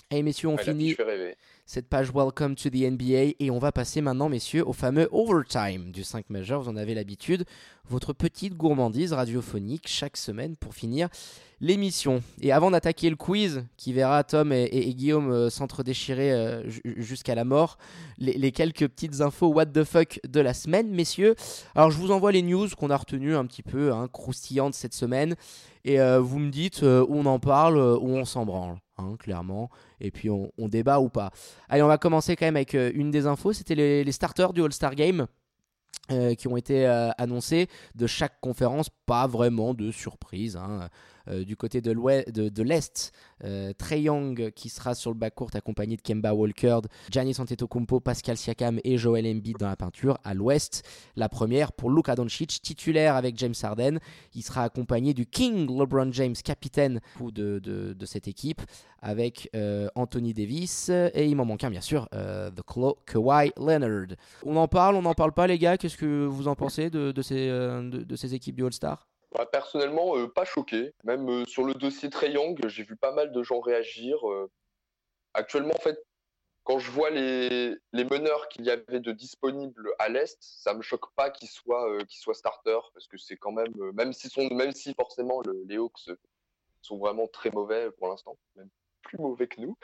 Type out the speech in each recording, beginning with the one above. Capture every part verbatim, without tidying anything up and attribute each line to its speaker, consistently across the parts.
Speaker 1: Et messieurs, on
Speaker 2: Ouais,
Speaker 1: finit
Speaker 2: l'affiche fait rêver.
Speaker 1: cette page Welcome to the N B A et on va passer maintenant, messieurs, au fameux Overtime du cinq majeur. Vous en avez l'habitude. Votre petite gourmandise radiophonique chaque semaine pour finir l'émission. Et avant d'attaquer le quiz qui verra Tom et, et- et Guillaume euh, s'entre-déchirer euh, ju- jusqu'à la mort, les, les quelques petites infos what the fuck de la semaine, messieurs. Alors, je vous envoie les news qu'on a retenues un petit peu hein, croustillantes cette semaine. Et euh, vous me dites euh, où on en parle, euh, où on s'en branle, hein, clairement. Et puis on, on débat ou pas. Allez, on va commencer quand même avec euh, une des infos. C'était les, les starters du All-Star Game. Euh, qui ont été euh, annoncés de chaque conférence, pas vraiment de surprise. Hein. Euh, du côté de, de, de l'Est, euh, Trae Young qui sera sur le backcourt accompagné de Kemba Walker, Giannis Antetokounmpo, Pascal Siakam et Joel Embiid dans la peinture. À l'Ouest, la première pour Luka Doncic, titulaire avec James Harden. Il sera accompagné du King LeBron James, capitaine de, de, de cette équipe, avec euh, Anthony Davis et il m'en manque un bien sûr, euh, The Klo- Kawhi Leonard. On en parle, on n'en parle pas les gars, qu'est-ce que vous en pensez de, de, ces, euh, de, de ces équipes du All-Star?
Speaker 2: Ouais, personnellement, euh, pas choqué. Même euh, sur le dossier Trae Young, j'ai vu pas mal de gens réagir. Euh, actuellement, en fait, quand je vois les, les meneurs qu'il y avait de disponibles à l'Est, ça me choque pas qu'ils soient, euh, qu'ils soient starters, parce que c'est quand même, euh, même, si sont, même si forcément le, les Hawks sont vraiment très mauvais pour l'instant, même plus mauvais que nous.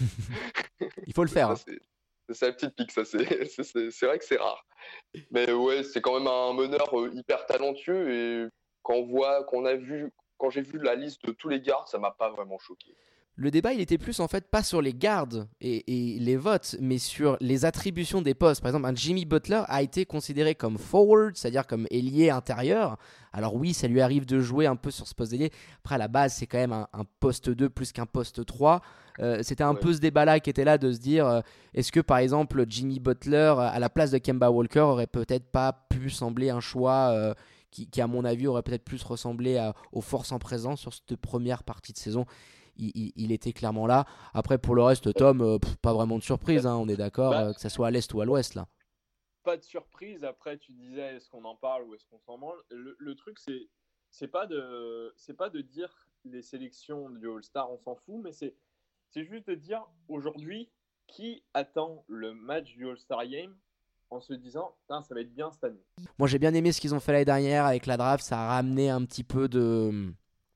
Speaker 1: Il faut le faire.
Speaker 2: Ça,
Speaker 1: Hein.
Speaker 2: c'est, c'est sa petite pique, ça, c'est, c'est, c'est, c'est vrai que c'est rare. Mais ouais, c'est quand même un meneur euh, hyper talentueux et quand on voit, qu'on a vu, quand j'ai vu la liste de tous les gardes, ça m'a pas vraiment choqué.
Speaker 1: Le débat, il était plus en fait pas sur les gardes et, et les votes, mais sur les attributions des postes. Par exemple, un Jimmy Butler a été considéré comme forward, c'est-à-dire comme ailier intérieur. Alors oui, ça lui arrive de jouer un peu sur ce poste d'ailier. Après, à la base, c'est quand même un, un poste deux plus qu'un poste trois. Euh, c'était un
Speaker 2: Ouais.
Speaker 1: peu ce débat-là qui était là de se dire, euh, est-ce que par exemple Jimmy Butler, à la place de Kemba Walker, aurait peut-être pas pu sembler un choix euh, qui, qui, à mon avis, aurait peut-être plus ressemblé à, aux forces en présence sur cette première partie de saison. Il, il, il était clairement là. Après, pour le reste, Tom, euh, pff, pas vraiment de surprise. Hein, on est d'accord,
Speaker 3: Bah,
Speaker 1: euh, que ça soit à l'est ou à l'ouest là.
Speaker 3: pas de surprise. Après, tu disais, est-ce qu'on en parle ou est-ce qu'on s'en branle? Le, le truc, c'est, c'est pas de, c'est pas de dire les sélections du All-Star, on s'en fout, mais c'est, c'est juste de dire aujourd'hui qui attend le match du All-Star Game en se disant, ça va être bien cette année.
Speaker 1: Moi, j'ai bien aimé ce qu'ils ont fait l'année dernière avec la draft. Ça a ramené un petit peu de.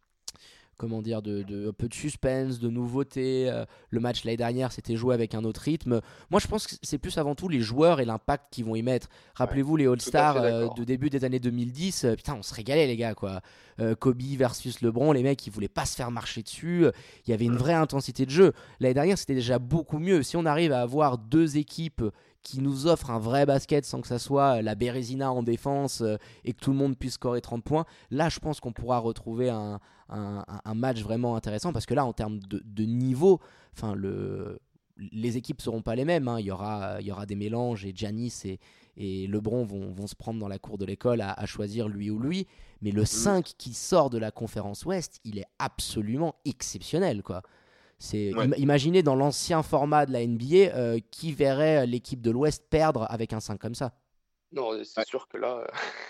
Speaker 1: Comment dire, de, de, un peu de suspense, de nouveauté. Euh, le match l'année dernière, c'était joué avec un autre rythme. Moi, je pense que c'est plus avant tout les joueurs et l'impact qu'ils vont y mettre. Rappelez-vous les All-Stars euh, de début des années deux mille dix. Euh, putain, on se régalait, les gars, quoi. Euh, Kobe versus LeBron, les mecs, ils voulaient pas se faire marcher dessus. Il y avait une vraie intensité de jeu. L'année dernière, c'était déjà beaucoup mieux. Si on arrive à avoir deux équipes qui nous offrent un vrai basket sans que ça soit la Bérésina en défense euh, et que tout le monde puisse scorer trente points, là, je pense qu'on pourra retrouver un Un, un, match vraiment intéressant parce que là en termes de, de niveau, enfin le, les équipes seront pas les mêmes. Hein. Il y aura, il y aura des mélanges et Giannis et, et LeBron vont, vont se prendre dans la cour de l'école à, à choisir lui ou lui. Mais le cinq qui sort de la conférence Ouest, il est absolument exceptionnel, quoi. C'est,
Speaker 3: Ouais.
Speaker 1: im- imaginez dans l'ancien format de la N B A euh, qui verrait l'équipe de l'Ouest perdre avec un cinq comme ça.
Speaker 2: Non, c'est
Speaker 3: Ouais.
Speaker 2: sûr que là,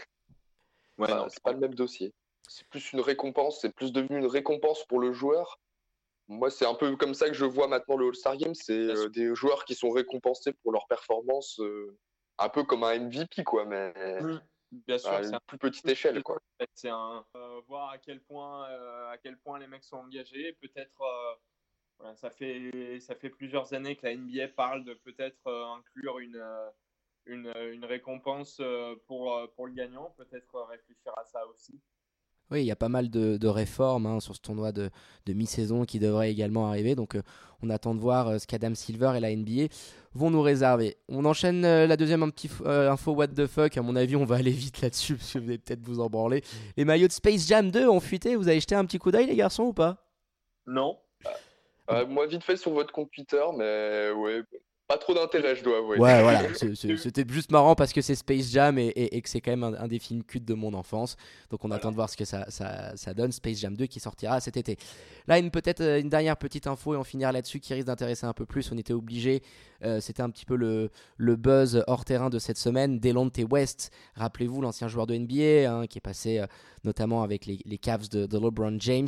Speaker 3: Ouais,
Speaker 2: bah,
Speaker 3: non,
Speaker 2: c'est pas le même dossier. C'est plus une récompense, c'est plus devenu une récompense pour le joueur. Moi, c'est un peu comme ça que je vois maintenant le All-Star Game. C'est euh, des joueurs qui sont récompensés pour leur performance, euh, un peu comme un M V P, quoi, mais
Speaker 3: Mmh. Bien sûr,
Speaker 2: à
Speaker 3: c'est
Speaker 2: une
Speaker 3: un
Speaker 2: plus petite échelle, quoi.
Speaker 3: c'est un euh, voir à quel point euh, à quel point les mecs sont engagés. Peut-être euh, voilà, ça fait ça fait plusieurs années que la N B A parle de peut-être euh, inclure une euh, une, une récompense euh, pour euh, pour le gagnant. Peut-être euh, réfléchir à ça aussi.
Speaker 1: Oui, il y a pas mal de, de réformes hein, sur ce tournoi de, de mi-saison qui devrait également arriver. Donc, euh, on attend de voir euh, ce qu'Adam Silver et la N B A vont nous réserver. On enchaîne euh, la deuxième un petit f- euh, info what the fuck. À mon avis, on va aller vite là-dessus parce que vous allez peut-être vous en branler. Les maillots de Space Jam deux ont fuité. Vous avez jeté un petit coup d'œil, les garçons, ou pas?
Speaker 3: Non.
Speaker 2: Euh, moi, vite fait sur votre compte Twitter, mais ouais, pas trop d'intérêt, je dois avouer.
Speaker 1: Ouais, voilà, c'est- c'est- c'était juste marrant parce que c'est Space Jam et, et- et que c'est quand même un, un des films cultes de mon enfance. Donc on
Speaker 2: Voilà.
Speaker 1: attend de voir ce que ça, ça, ça donne. Space Jam deux qui sortira cet été. Là, une peut-être euh, une dernière petite info et on finira là-dessus qui risque d'intéresser un peu plus. On était obligé, euh, c'était un petit peu le, le buzz hors terrain de cette semaine. Delonte West, rappelez-vous l'ancien joueur de N B A hein, qui est passé euh, notamment avec les, les Cavs de, de LeBron James.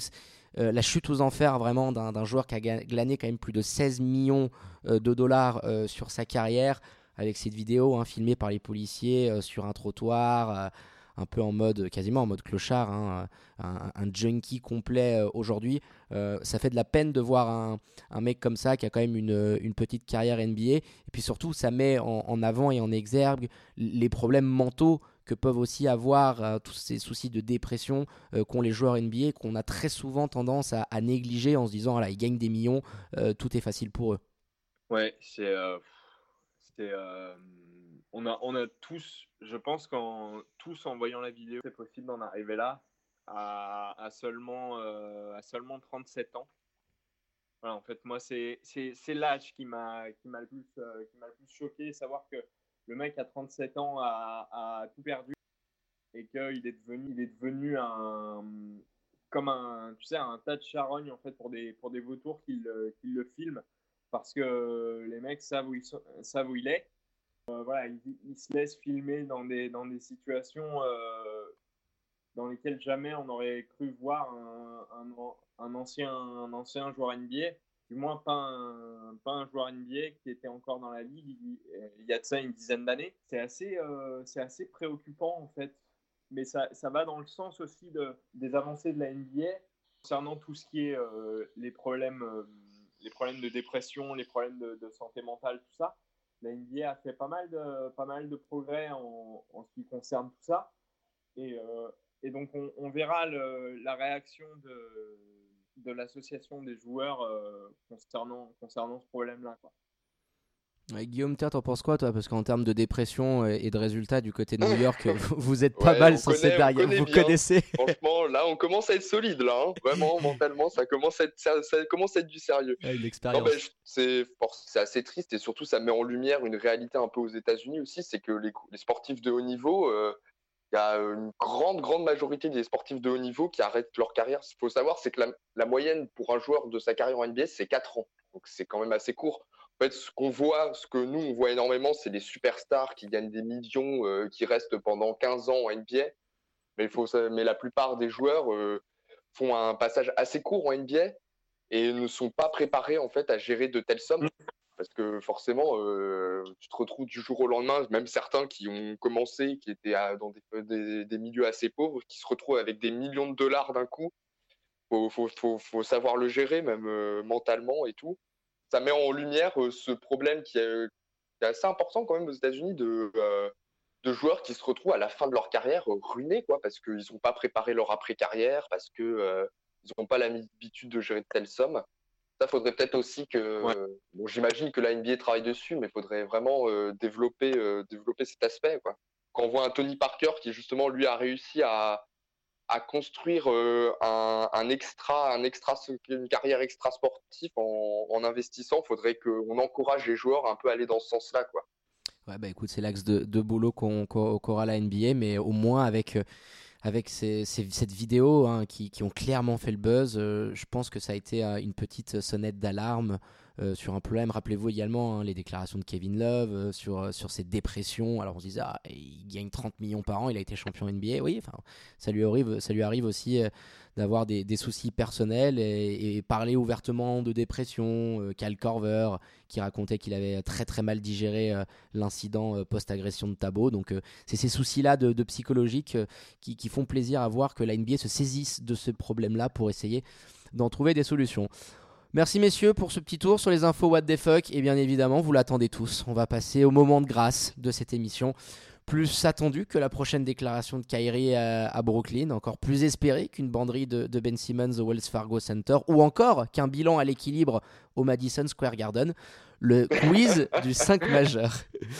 Speaker 1: euh, la chute aux enfers vraiment d'un, d'un joueur qui a glané quand même plus de seize millions euh, de dollars euh, sur sa carrière, avec cette vidéo hein, filmée par les policiers euh, sur un trottoir, euh, un peu en mode, quasiment en mode clochard, hein, un, un junkie complet euh, aujourd'hui. Euh, ça fait de la peine de voir un, un mec comme ça qui a quand même une, une petite carrière N B A. Et puis surtout, ça met en, en avant et en exergue les problèmes mentaux que peuvent aussi avoir euh, tous ces soucis de dépression euh, qu'ont les joueurs N B A, qu'on a très souvent tendance à, à négliger en se disant, voilà, ils gagnent des millions, euh, tout est facile pour eux.
Speaker 3: Ouais, c'est... Euh, c'est euh, on, a, on a tous, je pense qu'en tous en voyant la vidéo, c'est possible d'en arriver là, à, à, seulement, euh, à seulement trente-sept ans. Voilà, en fait, moi, c'est, c'est, c'est l'âge qui m'a, qui, m'a le plus, euh, qui m'a le plus choqué, savoir que le mec à trente-sept ans a, a tout perdu et qu'il est devenu, il est devenu un, comme un, tu sais, un tas de charogne en fait, pour, des, pour des vautours qui le, qui le filment parce que les mecs savent où il, savent où il est. Euh, voilà, il, il se laisse filmer dans des, dans des situations euh, dans lesquelles jamais on aurait cru voir un, un, un, ancien, un ancien joueur N B A, du moins pas un, pas un joueur N B A qui était encore dans la ligue il, il y a de ça une dizaine d'années. C'est assez, euh, c'est assez préoccupant en fait, mais ça, ça va dans le sens aussi de, des avancées de la N B A concernant tout ce qui est euh, les problèmes, euh, les problèmes de dépression, les problèmes de, de santé mentale, tout ça. La N B A a fait pas mal de, pas mal de progrès en, en ce qui concerne tout ça. Et, euh, et donc, on, on verra le, la réaction de, de l'association des joueurs euh, concernant, concernant ce problème-là, quoi.
Speaker 1: Ouais, Guillaume, tiens, t'en penses quoi, toi? Parce qu'en termes de dépression et de résultats du côté de New York, vous êtes pas
Speaker 2: ouais,
Speaker 1: mal censé derrière. Vous
Speaker 2: bien.
Speaker 1: connaissez.
Speaker 2: Franchement, là, on commence à être solide, là. Hein. Vraiment, mentalement, ça commence à être, ça, ça commence à être du sérieux.
Speaker 1: Ouais, l'expérience.
Speaker 2: Non, ben, c'est, c'est assez triste et surtout, ça met en lumière une réalité un peu aux États-Unis aussi, c'est que les, les sportifs de haut niveau, il euh, y a une grande, grande majorité des sportifs de haut niveau qui arrêtent leur carrière. Ce qu'il faut savoir, c'est que la, la moyenne pour un joueur de sa carrière en N B A, c'est quatre ans. Donc, c'est quand même assez court. En fait, ce qu'on voit, ce que nous, on voit énormément, c'est des superstars qui gagnent des millions, euh, qui restent pendant quinze ans en N B A. Mais, il faut, mais la plupart des joueurs euh, font un passage assez court en N B A et ne sont pas préparés en fait, à gérer de telles sommes. Parce que forcément, euh, tu te retrouves du jour au lendemain, même certains qui ont commencé, qui étaient à, dans des, des, des milieux assez pauvres, qui se retrouvent avec des millions de dollars d'un coup. Il faut, faut, faut, faut savoir le gérer, même euh, mentalement et tout. Ça met en lumière euh, ce problème qui est, qui est assez important quand même aux États-Unis de, euh, de joueurs qui se retrouvent à la fin de leur carrière euh, ruinés, quoi, parce qu'ils n'ont pas préparé leur après-carrière, parce qu'ils euh, n'ont pas l'habitude de gérer de telles sommes. Ça, faudrait peut-être aussi que.
Speaker 3: Ouais.
Speaker 2: Euh, bon, j'imagine que la N B A travaille dessus, mais il faudrait vraiment euh, développer, euh, développer cet aspect, quoi. Quand on voit un Tony Parker qui, justement, lui, a réussi à à construire euh, un, un extra, un extra, une carrière extra sportive en, en investissant. Il faudrait qu'on encourage les joueurs à un peu à aller dans ce sens-là, quoi.
Speaker 1: Ouais, bah écoute, c'est l'axe de, de boulot qu'on, qu'on, qu'aura la N B A, mais au moins avec, euh, avec ces, ces, cette vidéo hein, qui, qui ont clairement fait le buzz, euh, je pense que ça a été euh, une petite sonnette d'alarme euh, sur un problème. Rappelez-vous également hein, les déclarations de Kevin Love euh, sur, sur ses dépressions. Alors on se disait, ah, il gagne trente millions par an, il a été champion N B A. Oui, enfin, ça lui arrive, ça lui arrive aussi euh, d'avoir des, des soucis personnels et, et parler ouvertement de dépression. Euh, Kyle Korver qui racontait qu'il avait très très mal digéré euh, l'incident euh, post-agression de Thabo. Donc euh, c'est ces soucis-là de, de psychologique euh, qui, qui font plaisir à voir que la N B A se saisisse de ce problème-là pour essayer d'en trouver des solutions. Merci messieurs pour ce petit tour sur les infos What the fuck et bien évidemment vous l'attendez tous. On va passer au moment de grâce de cette émission. Plus attendu que la prochaine déclaration de Kyrie à, à Brooklyn, encore plus espéré qu'une banderie de, de Ben Simmons au Wells Fargo Center ou encore qu'un bilan à l'équilibre au Madison Square Garden. Le quiz du cinq majeur.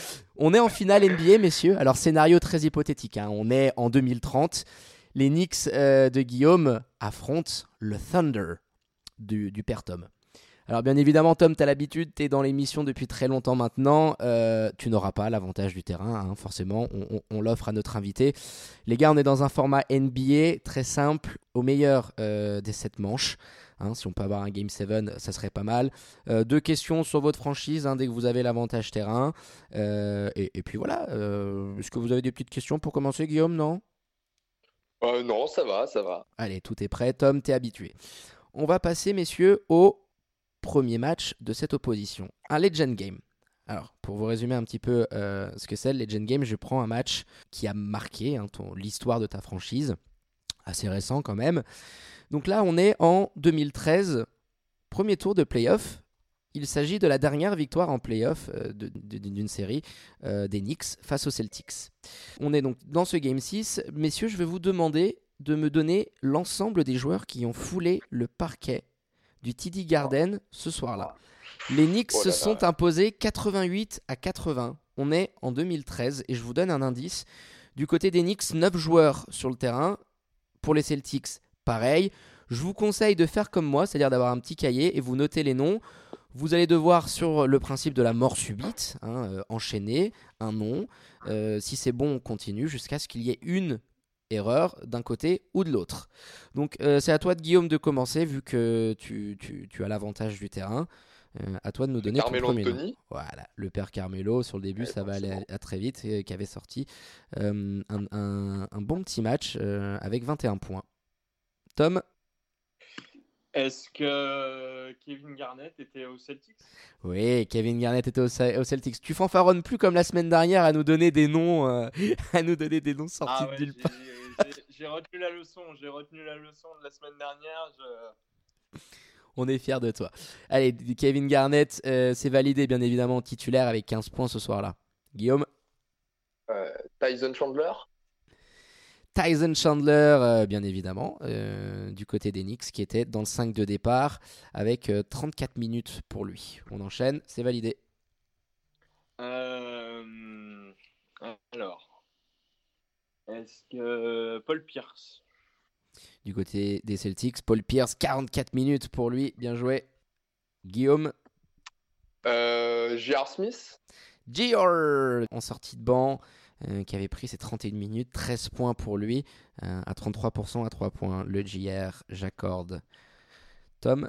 Speaker 1: On est en finale N B A messieurs, alors scénario très hypothétique, hein. On est en deux mille trente, les Knicks euh, de Guillaume affrontent le Thunder du, du père Tom. Alors bien évidemment Tom, tu as l'habitude, tu es dans l'émission depuis très longtemps maintenant, euh, tu n'auras pas l'avantage du terrain, hein, forcément, on, on, on l'offre à notre invité. Les gars, on est dans un format N B A très simple, au meilleur euh, des sept manches. Hein, si on peut avoir un Game sept, ça serait pas mal. Euh, deux questions sur votre franchise, hein, dès que vous avez l'avantage terrain. Euh, et, et puis voilà, euh, est-ce que vous avez des petites questions pour commencer Guillaume, non ?
Speaker 2: Euh, non, ça va, ça va.
Speaker 1: Allez, tout est prêt. Tom, t'es habitué. on va passer, messieurs, au premier match de cette opposition. Un Legend Game. Alors, pour vous résumer un petit peu euh, ce que c'est, le Legend Game, je prends un match qui a marqué hein, ton, l'histoire de ta franchise, assez récent quand même. Donc là, on est en deux mille treize, premier tour de play-off. Il s'agit de la dernière victoire en play-off euh, de, de, d'une série euh, des Knicks face aux Celtics. On est donc dans ce Game six. Messieurs, je vais vous demander de me donner l'ensemble des joueurs qui ont foulé le parquet du T D Garden ce soir-là. Les Knicks oh se sont imposés quatre-vingt-huit à quatre-vingts. On est en deux mille treize et je vous donne un indice. Du côté des Knicks, neuf joueurs sur le terrain. Pour les Celtics, pareil. Je vous conseille de faire comme moi, c'est-à-dire d'avoir un petit cahier et vous notez les noms. Vous allez devoir, sur le principe de la mort subite, hein, euh, enchaîner un nom. Euh, si c'est bon, on continue jusqu'à ce qu'il y ait une erreur d'un côté ou de l'autre. Donc, euh, c'est à toi, de Guillaume, de commencer, vu que tu, tu, tu as l'avantage du terrain. Euh, à toi de nous donner ton premier nom. Voilà, le père Carmelo, sur le début, ouais, ça va aller à, à très vite, euh, qui avait sorti euh, un, un, un bon petit match euh, avec vingt et un points. Tom ?
Speaker 3: Est-ce que Kevin Garnett était aux Celtics ?
Speaker 1: Oui, Kevin Garnett était aux, aux Celtics. Tu fanfaronnes plus comme la semaine dernière à nous donner des noms, euh, à nous donner des noms sortis
Speaker 3: ah ouais,
Speaker 1: de nulle part.
Speaker 3: J'ai, j'ai retenu la leçon, j'ai retenu la leçon de la semaine dernière. Je...
Speaker 1: On est fiers de toi. Allez, Kevin Garnett, euh, c'est validé bien évidemment titulaire avec quinze points ce soir-là. Guillaume ?
Speaker 2: euh, Tyson Chandler.
Speaker 1: Tyson Chandler, euh, bien évidemment, euh, du côté des Knicks, qui était dans le cinq de départ avec euh, trente-quatre minutes pour lui. On enchaîne, c'est validé.
Speaker 3: Euh, alors, est-ce que Paul Pierce ?
Speaker 1: Du côté des Celtics, Paul Pierce, quarante-quatre minutes pour lui, bien joué. Guillaume ?
Speaker 2: euh, J R. Smith.
Speaker 1: J R en sortie de banc. Euh, qui avait pris ses trente et une minutes, treize points pour lui, euh, à trente-trois pour cent à trois points. Le J R, j'accorde. Tom ?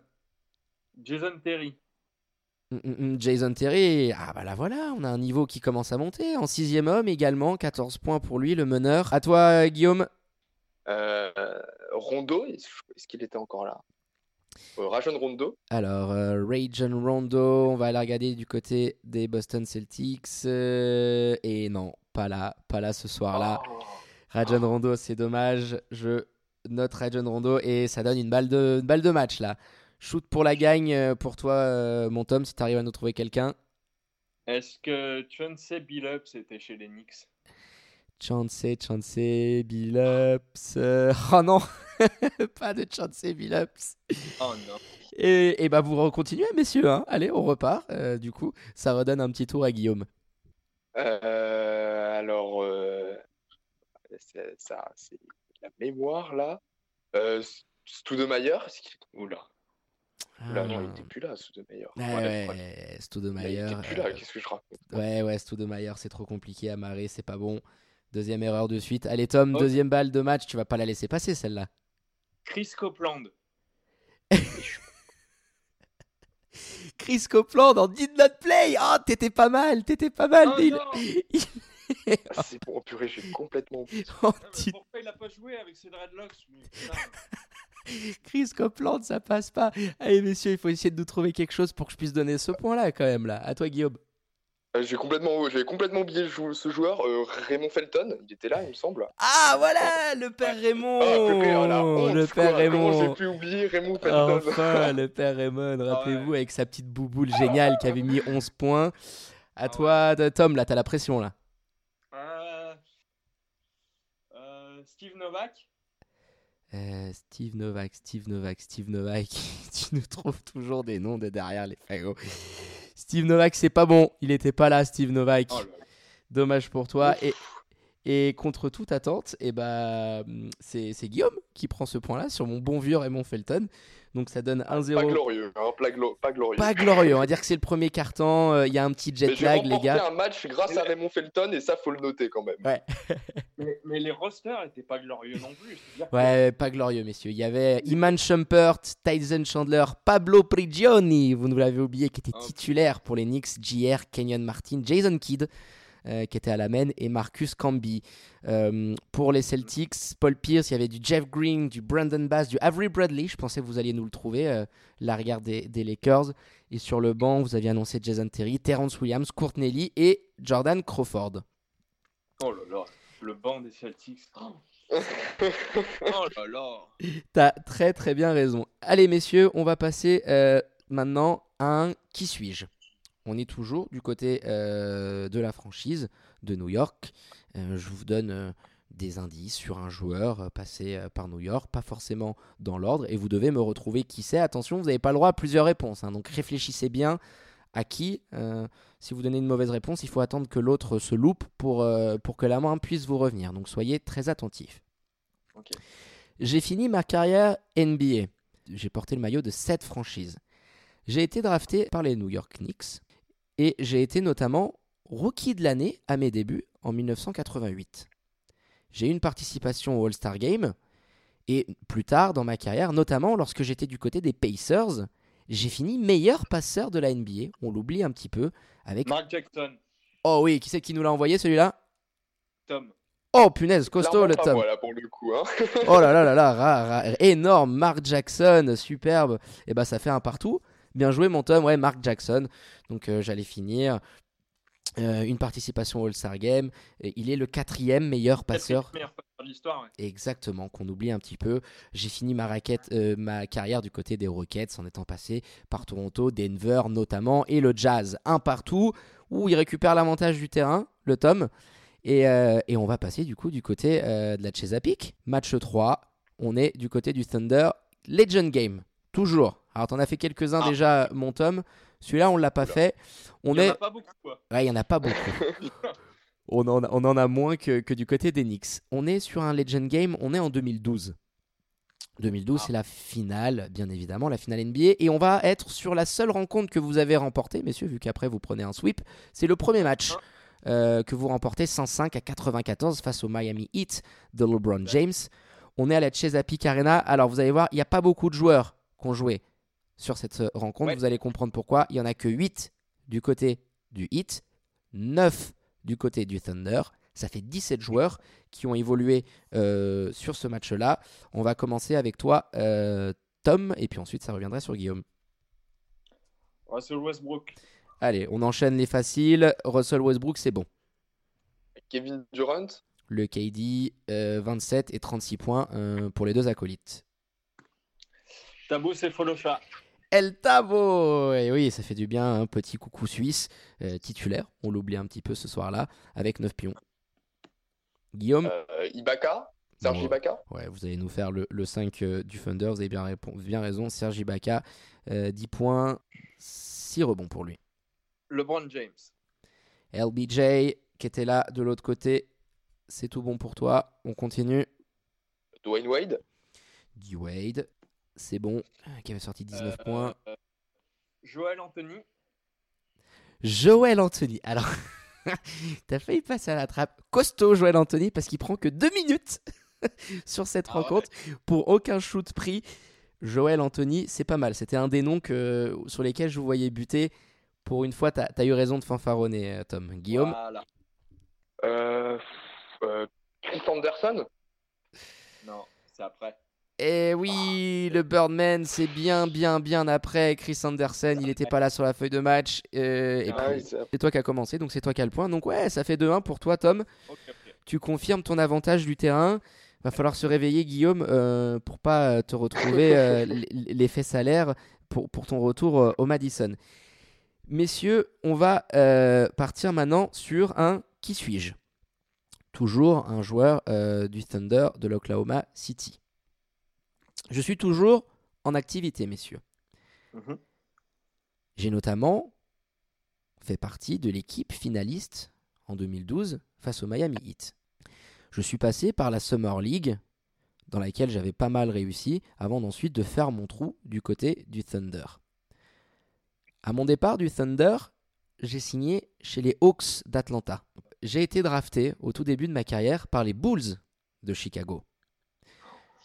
Speaker 3: Jason Terry.
Speaker 1: Mm-mm, Jason Terry, ah bah là voilà, on a un niveau qui commence à monter. En sixième homme également, quatorze points pour lui, le meneur. À toi, Guillaume ?
Speaker 2: euh, Rondo, est-ce qu'il était encore là ? euh, Rajon Rondo.
Speaker 1: Alors, euh, Rajon Rondo, on va aller regarder du côté des Boston Celtics. Euh, et non, pas là, pas là ce soir-là.
Speaker 2: Oh.
Speaker 1: Rajon oh. Rondo, c'est dommage. Je note Rajon Rondo et ça donne une balle de, une balle de match là. Shoot pour la gagne pour toi, euh, mon Tom, si tu arrives à nous trouver quelqu'un.
Speaker 3: Est-ce que Chauncey Billups était chez les Knicks ?
Speaker 1: Chauncey, Chauncey Billups. Euh... Oh non, pas de Chauncey Billups.
Speaker 3: Oh non.
Speaker 1: Et, et bah vous continuez, messieurs. Hein. Allez, on repart. Euh, du coup, ça redonne un petit tour à Guillaume.
Speaker 2: Euh, alors, euh, c'est, ça, c'est la mémoire là. Euh, Stoudemire. Oula. Oula, non, il était plus là, Stoudemire.
Speaker 1: Ouais, ouais, ouais Stoudemire.
Speaker 2: Il était plus là, euh... qu'est-ce que je raconte ?
Speaker 1: Ouais, ouais, Stoudemire, c'est trop compliqué à marrer, c'est pas bon. Deuxième erreur de suite. Allez, Tom, oh. Deuxième balle de match, tu vas pas la laisser passer celle-là.
Speaker 3: Chris Copeland.
Speaker 1: Chris Copeland en did not play. Oh, t'étais pas mal, t'étais pas mal.
Speaker 3: Oh,
Speaker 1: il...
Speaker 3: non.
Speaker 2: Ah, c'est bon, purée, j'ai complètement oublié.
Speaker 1: Oh,
Speaker 3: dit... Pourquoi il a pas joué avec ses dreadlocks lui,
Speaker 1: Chris Copeland, ça passe pas. Allez, messieurs, il faut essayer de nous trouver quelque chose pour que je puisse donner ce point-là, quand même. Là. À toi, Guillaume.
Speaker 2: Euh, j'ai complètement, j'ai complètement oublié ce joueur, euh, Raymond Felton. Il était là, il me semble.
Speaker 1: Ah, voilà, le père Raymond.
Speaker 2: Ah, purée, oh, la honte,
Speaker 1: le père
Speaker 2: quoi.
Speaker 1: Raymond.
Speaker 2: Comment j'ai pu oublier Raymond Felton.
Speaker 1: Enfin, le père Raymond. Rappelez-vous, ah ouais. Avec sa petite bouboule géniale qui avait mis onze points. À ah toi, ouais. Tom, là, t'as la pression, là.
Speaker 3: Euh... Euh, Steve Novak.
Speaker 1: Euh, Steve Novak, Steve Novak, Steve Novak. Tu nous trouves toujours des noms de derrière les fagots. Steve Novak, c'est pas bon. Il était pas là, Steve Novak. Oh dommage pour toi. Et, et contre toute attente, et bah, c'est, c'est Guillaume qui prend ce point-là sur mon bon vieux Raymond Felton. Donc ça donne un zéro.
Speaker 2: Pas glorieux, hein, pas, glo- pas glorieux.
Speaker 1: Pas glorieux. On va dire que c'est le premier carton. Il y a un petit jet lag, les gars.
Speaker 2: J'ai remporté un match grâce à Raymond Felton et ça, faut le noter quand même.
Speaker 1: Ouais.
Speaker 3: mais, mais les rosters étaient pas glorieux non plus.
Speaker 1: Ouais, pas glorieux, messieurs. Il y avait Iman Shumpert, Tyson Chandler, Pablo Prigioni, vous nous l'avez oublié, qui était titulaire pour les Knicks, J R, Kenyon Martin, Jason Kidd. euh, qui était à la main, et Marcus Camby. Euh, pour les Celtics, Paul Pierce, il y avait du Jeff Green, du Brandon Bass, du Avery Bradley. Je pensais que vous alliez nous le trouver, euh, l'arrière des, des Lakers. Et sur le banc, vous aviez annoncé Jason Terry, Terrence Williams, Courtney Lee et Jordan Crawford.
Speaker 3: Oh là là, le banc des Celtics. Oh, oh là là.
Speaker 1: T'as très très bien raison. Allez messieurs, on va passer euh, maintenant à un qui suis-je. On est toujours du côté euh, de la franchise de New York. Euh, je vous donne euh, des indices sur un joueur euh, passé euh, par New York, pas forcément dans l'ordre, et vous devez me retrouver qui c'est. Attention, vous n'avez pas le droit à plusieurs réponses, hein, donc réfléchissez bien à qui. Euh, si vous donnez une mauvaise réponse, il faut attendre que l'autre se loupe pour, euh, pour que la main puisse vous revenir. Donc soyez très attentifs.
Speaker 3: Okay.
Speaker 1: J'ai fini ma carrière N B A. J'ai porté le maillot de sept franchises. J'ai été drafté par les New York Knicks et j'ai été notamment rookie de l'année à mes débuts en dix-neuf cent quatre-vingt-huit. J'ai eu une participation au All-Star Game et plus tard dans ma carrière, notamment lorsque j'étais du côté des Pacers, j'ai fini meilleur passeur de la N B A. On l'oublie un petit peu avec...
Speaker 3: Mark Jackson.
Speaker 1: Oh oui, qui c'est qui nous l'a envoyé celui-là ?
Speaker 3: Tom.
Speaker 1: Oh punaise, costaud le Tom.
Speaker 2: Voilà pour le coup. Hein.
Speaker 1: Oh là là là là, rare, rare, énorme, Mark Jackson, superbe. Et bah ça fait un partout. Bien joué mon Tom, ouais, Mark Jackson. Donc euh, j'allais finir euh, une participation au All-Star Game. Et il est le quatrième meilleur passeur.
Speaker 3: Meilleur passeur de l'histoire. Ouais.
Speaker 1: Exactement, qu'on oublie un petit peu. J'ai fini ma, raquette, euh, ma carrière du côté des Rockets en étant passé par Toronto, Denver notamment et le Jazz. Un partout où il récupère l'avantage du terrain, le Tom. Et, euh, et on va passer du coup du côté euh, de la Chesapeake. Match trois, on est du côté du Thunder. Legend Game, toujours. Alors t'en as fait quelques-uns ah. déjà, mon Tom. Celui-là, on ne l'a pas Oula. fait. On
Speaker 3: il n'y
Speaker 1: est...
Speaker 3: en a pas beaucoup, quoi.
Speaker 1: Ouais, il n'y en a pas beaucoup. on, en a, on en a moins que, que du côté des Knicks. On est sur un Legend Game, on est en deux mille douze. deux mille douze, ah. c'est la finale, bien évidemment, la finale N B A. Et on va être sur la seule rencontre que vous avez remportée, messieurs, vu qu'après vous prenez un sweep. C'est le premier match. Ah. Euh, que vous remportez cent cinq à quatre-vingt-quatorze face au Miami Heat de LeBron James. On est à la Chesapeake Arena. Alors vous allez voir, il n'y a pas beaucoup de joueurs qui ont joué sur cette rencontre. Ouais. Vous allez comprendre pourquoi. Il n'y en a que huit du côté du Heat, neuf du côté du Thunder. Ça fait dix-sept joueurs qui ont évolué euh, sur ce match-là. On va commencer avec toi, euh, Tom, et puis ensuite ça reviendra sur Guillaume.
Speaker 3: Russell Westbrook.
Speaker 1: Allez, on enchaîne les faciles. Russell Westbrook, c'est bon.
Speaker 2: Kevin Durant.
Speaker 1: Le K D, euh, vingt-sept et trente-six points euh, pour les deux acolytes.
Speaker 3: Thabo Sefolosha.
Speaker 1: El Thabo. Et oui, ça fait du bien, un petit coucou suisse euh, titulaire. On l'oublie un petit peu ce soir-là, avec neuf pions. Guillaume.
Speaker 2: Euh, Ibaka. Serge bon, Ibaka.
Speaker 1: Ouais, vous allez nous faire le, le cinq euh, du Thunder. Vous avez bien, répond, bien raison. Serge Ibaka, euh, dix points, six rebonds pour lui.
Speaker 3: LeBron James.
Speaker 1: L B J qui était là de l'autre côté. C'est tout bon pour toi. On continue.
Speaker 2: Dwayne Wade.
Speaker 1: D. Wade. C'est bon. Qui avait sorti dix-neuf
Speaker 3: euh,
Speaker 1: points.
Speaker 3: Euh, Joel Anthony.
Speaker 1: Joel Anthony. Alors, t'as failli passer à la trappe. Costaud Joel Anthony parce qu'il prend que deux minutes sur cette ah rencontre ouais. pour aucun shoot pris. Joel Anthony, c'est pas mal. C'était un des noms que, sur lesquels je vous voyais buter. Pour une fois, tu as eu raison de fanfaronner, Tom. Guillaume.
Speaker 3: Voilà.
Speaker 2: Euh, euh, Chris Anderson.
Speaker 3: Non, c'est après.
Speaker 1: Eh oui, ah. le Birdman, c'est bien, bien, bien après. Chris Anderson, il n'était pas là sur la feuille de match. Euh, et ah, puis, c'est... c'est toi qui as commencé, donc c'est toi qui as le point. Donc ouais, ça fait deux un pour toi, Tom.
Speaker 3: Okay, okay.
Speaker 1: Tu confirmes ton avantage du terrain. Va falloir se réveiller, Guillaume, euh, pour pas te retrouver euh, l'effet salaire pour, pour ton retour euh, au Madison. Messieurs, on va euh, partir maintenant sur un « Qui suis-je » Toujours un joueur euh, du Thunder de l'Oklahoma City. Je suis toujours en activité, messieurs. Mm-hmm. J'ai notamment fait partie de l'équipe finaliste en deux mille douze face au Miami Heat. Je suis passé par la Summer League, dans laquelle j'avais pas mal réussi, avant d'ensuite de faire mon trou du côté du Thunder. À mon départ du Thunder, j'ai signé chez les Hawks d'Atlanta. J'ai été drafté au tout début de ma carrière par les Bulls de Chicago.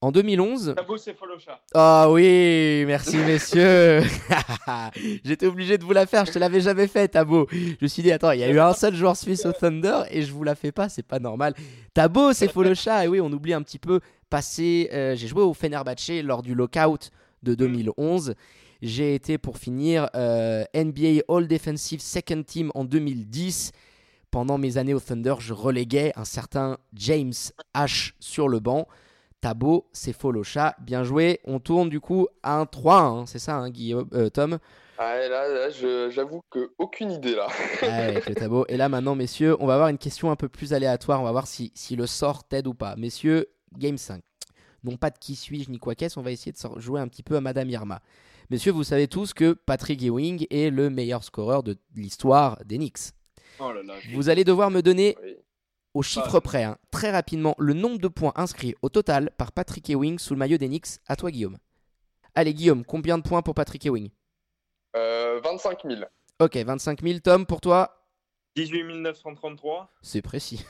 Speaker 1: En deux mille onze.
Speaker 3: Thabo Sefolosha.
Speaker 1: Ah oh oui, merci messieurs. J'étais obligé de vous la faire, je te l'avais jamais fait, Thabo. Je me suis dit, attends, il y a eu un seul joueur suisse au Thunder et je vous la fais pas, c'est pas normal. Thabo Sefolosha, et oui, on oublie un petit peu, passé, euh, j'ai joué au Fenerbahçe lors du lockout de deux mille onze. J'ai été pour finir euh, N B A All Defensive Second Team en deux mille dix. Pendant mes années au Thunder, je reléguais un certain James H sur le banc. Thabo Sefolosha, bien joué. On tourne du coup à un trois un, hein, c'est ça, hein, Guillaume, euh, Tom
Speaker 2: Ah, là, là je, j'avoue qu'aucune idée là.
Speaker 1: Ah, avec le Thabo. Et là maintenant, messieurs, on va avoir une question un peu plus aléatoire. On va voir si, si le sort t'aide ou pas. Messieurs, Game cinq. Non pas de qui suis-je ni quoi qu'est-ce, on va essayer de jouer un petit peu à Madame Irma. Messieurs, vous savez tous que Patrick Ewing est le meilleur scoreur de l'histoire des Knicks.
Speaker 3: Oh là là,
Speaker 1: vous allez devoir me donner...
Speaker 2: Oui.
Speaker 1: Au chiffre près, hein, très rapidement, le nombre de points inscrits au total par Patrick Ewing sous le maillot des Knicks. À toi, Guillaume. Allez, Guillaume, combien de points pour Patrick Ewing
Speaker 2: euh, vingt-cinq mille.
Speaker 1: Ok, vingt-cinq mille. Tom, pour toi
Speaker 3: dix-huit mille neuf cent trente-trois.
Speaker 1: C'est précis.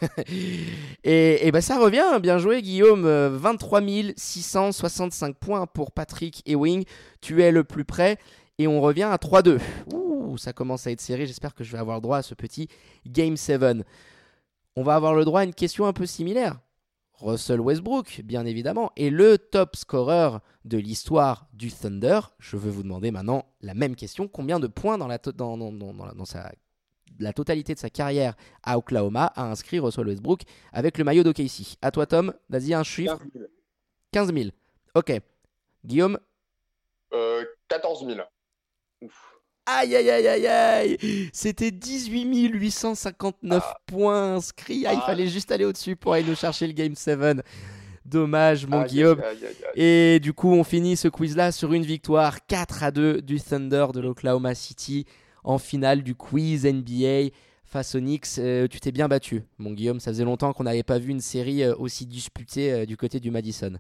Speaker 1: et et ben, ça revient, bien joué, Guillaume. vingt-trois mille six cent soixante-cinq points pour Patrick Ewing. Tu es le plus près. Et on revient à trois deux. Ouh, ça commence à être serré. J'espère que je vais avoir le droit à ce petit Game sept. On va avoir le droit à une question un peu similaire. Russell Westbrook, bien évidemment, est le top scorer de l'histoire du Thunder. Je veux vous demander maintenant la même question. Combien de points dans la, to- dans, dans, dans, dans, dans sa, la totalité de sa carrière à Oklahoma a inscrit Russell Westbrook avec le maillot d'O K C? À toi, Tom. Vas-y, un chiffre.
Speaker 3: quinze mille.
Speaker 1: quinze mille. Ok. Guillaume
Speaker 2: euh, quatorze mille.
Speaker 3: Ouf.
Speaker 1: Aïe, aïe, aïe, aïe, aïe. C'était dix-huit mille huit cent cinquante-neuf
Speaker 2: ah.
Speaker 1: points inscrits. Ah, il
Speaker 2: ah.
Speaker 1: fallait juste aller au-dessus pour aller nous chercher le Game sept. Dommage, mon
Speaker 2: aïe,
Speaker 1: Guillaume.
Speaker 2: Aïe, aïe, aïe.
Speaker 1: Et du coup, on finit ce quiz-là sur une victoire quatre à deux du Thunder de l'Oklahoma City en finale du quiz N B A face aux Knicks. Euh, tu t'es bien battu, mon Guillaume. Ça faisait longtemps qu'on n'avait pas vu une série euh, aussi disputée euh, du côté du Madison.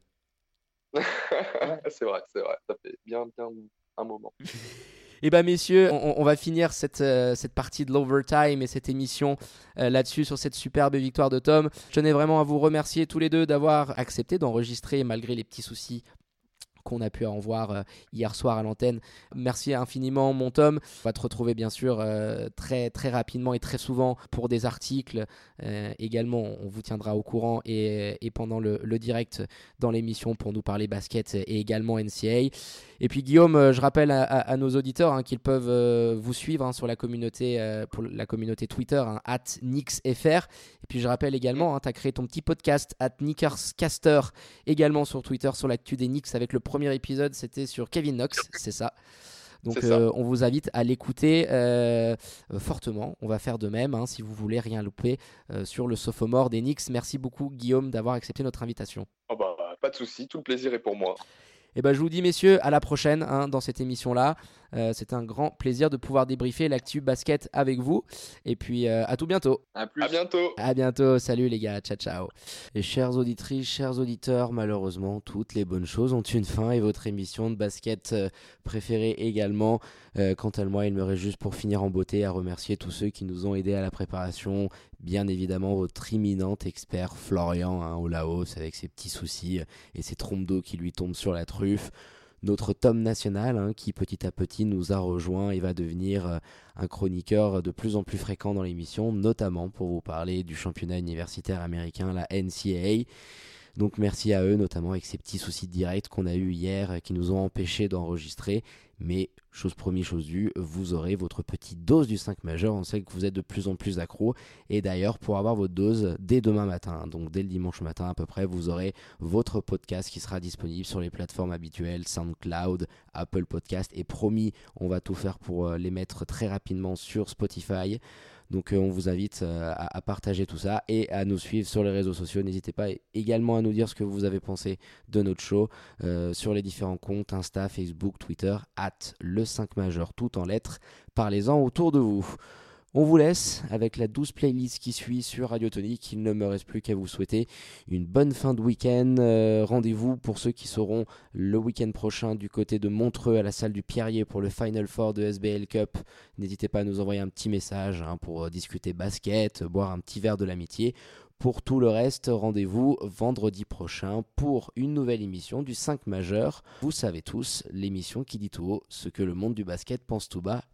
Speaker 2: c'est vrai, c'est vrai. Ça fait bien, bien un moment.
Speaker 1: Et bien, messieurs, on, on va finir cette, euh, cette partie de l'overtime et cette émission euh, là-dessus, sur cette superbe victoire de Tom. Je tenais vraiment à vous remercier tous les deux d'avoir accepté d'enregistrer malgré les petits soucis qu'on a pu en voir euh, hier soir à l'antenne. Merci infiniment, mon Tom. On va te retrouver bien sûr euh, très, très rapidement et très souvent pour des articles. Euh, également, on vous tiendra au courant et, et pendant le, le direct dans l'émission pour nous parler basket et également N C A A. Et puis Guillaume, euh, je rappelle à, à, à nos auditeurs hein, qu'ils peuvent euh, vous suivre hein, sur la communauté, euh, pour la communauté Twitter, hein, at NixFR. Et puis je rappelle également, hein, tu as créé ton petit podcast at Knickerscaster, également sur Twitter, sur l'actu des Knicks, avec le premier épisode, c'était sur Kevin Knox, c'est ça. Donc
Speaker 2: C'est ça.
Speaker 1: Euh, on vous invite à l'écouter euh, euh, fortement. On va faire de même hein, si vous voulez rien louper euh, sur le sophomore des Knicks. Merci beaucoup Guillaume d'avoir accepté notre invitation.
Speaker 2: Oh bah, pas de souci, tout le plaisir est pour moi.
Speaker 1: Et ben, je vous dis messieurs, à la prochaine hein, dans cette émission-là. Euh, c'était un grand plaisir de pouvoir débriefer l'actu basket avec vous. Et puis euh, à tout bientôt.
Speaker 3: À plus.
Speaker 2: À bientôt.
Speaker 1: À bientôt, salut les gars, ciao ciao. Et chères auditrices, chers auditeurs, malheureusement, toutes les bonnes choses ont une fin et votre émission de basket euh, préférée également. Euh, quant à moi, il me reste juste pour finir en beauté à remercier tous ceux qui nous ont aidés à la préparation. Bien évidemment, votre imminent expert Florian hein, au Laos avec ses petits soucis et ses trompes d'eau qui lui tombent sur la truffe. Notre Tom National hein, qui petit à petit nous a rejoint et va devenir euh, un chroniqueur de plus en plus fréquent dans l'émission, notamment pour vous parler du championnat universitaire américain, la N C A A. Donc merci à eux, notamment avec ces petits soucis de direct qu'on a eu hier euh, qui nous ont empêchés d'enregistrer. Mais chose promise, chose due, vous aurez votre petite dose du cinq majeur. On sait que vous êtes de plus en plus accro. Et d'ailleurs, pour avoir votre dose dès demain matin, donc dès le dimanche matin à peu près, vous aurez votre podcast qui sera disponible sur les plateformes habituelles, SoundCloud, Apple Podcast. Et promis, on va tout faire pour les mettre très rapidement sur Spotify. Donc euh, on vous invite euh, à, à partager tout ça et à nous suivre sur les réseaux sociaux. N'hésitez pas également à nous dire ce que vous avez pensé de notre show euh, sur les différents comptes Insta, Facebook, Twitter, at le cinq majeur, tout en lettres. Parlez-en autour de vous. On vous laisse avec la douce playlist qui suit sur Radio Tonic. Il ne me reste plus qu'à vous souhaiter une bonne fin de week-end. Euh, rendez-vous pour ceux qui seront le week-end prochain du côté de Montreux à la salle du Pierrier pour le Final Four de S B L Cup. N'hésitez pas à nous envoyer un petit message hein, pour euh, discuter basket, boire un petit verre de l'amitié. Pour tout le reste, rendez-vous vendredi prochain pour une nouvelle émission du cinq majeur. Vous savez tous, l'émission qui dit tout haut ce que le monde du basket pense tout bas.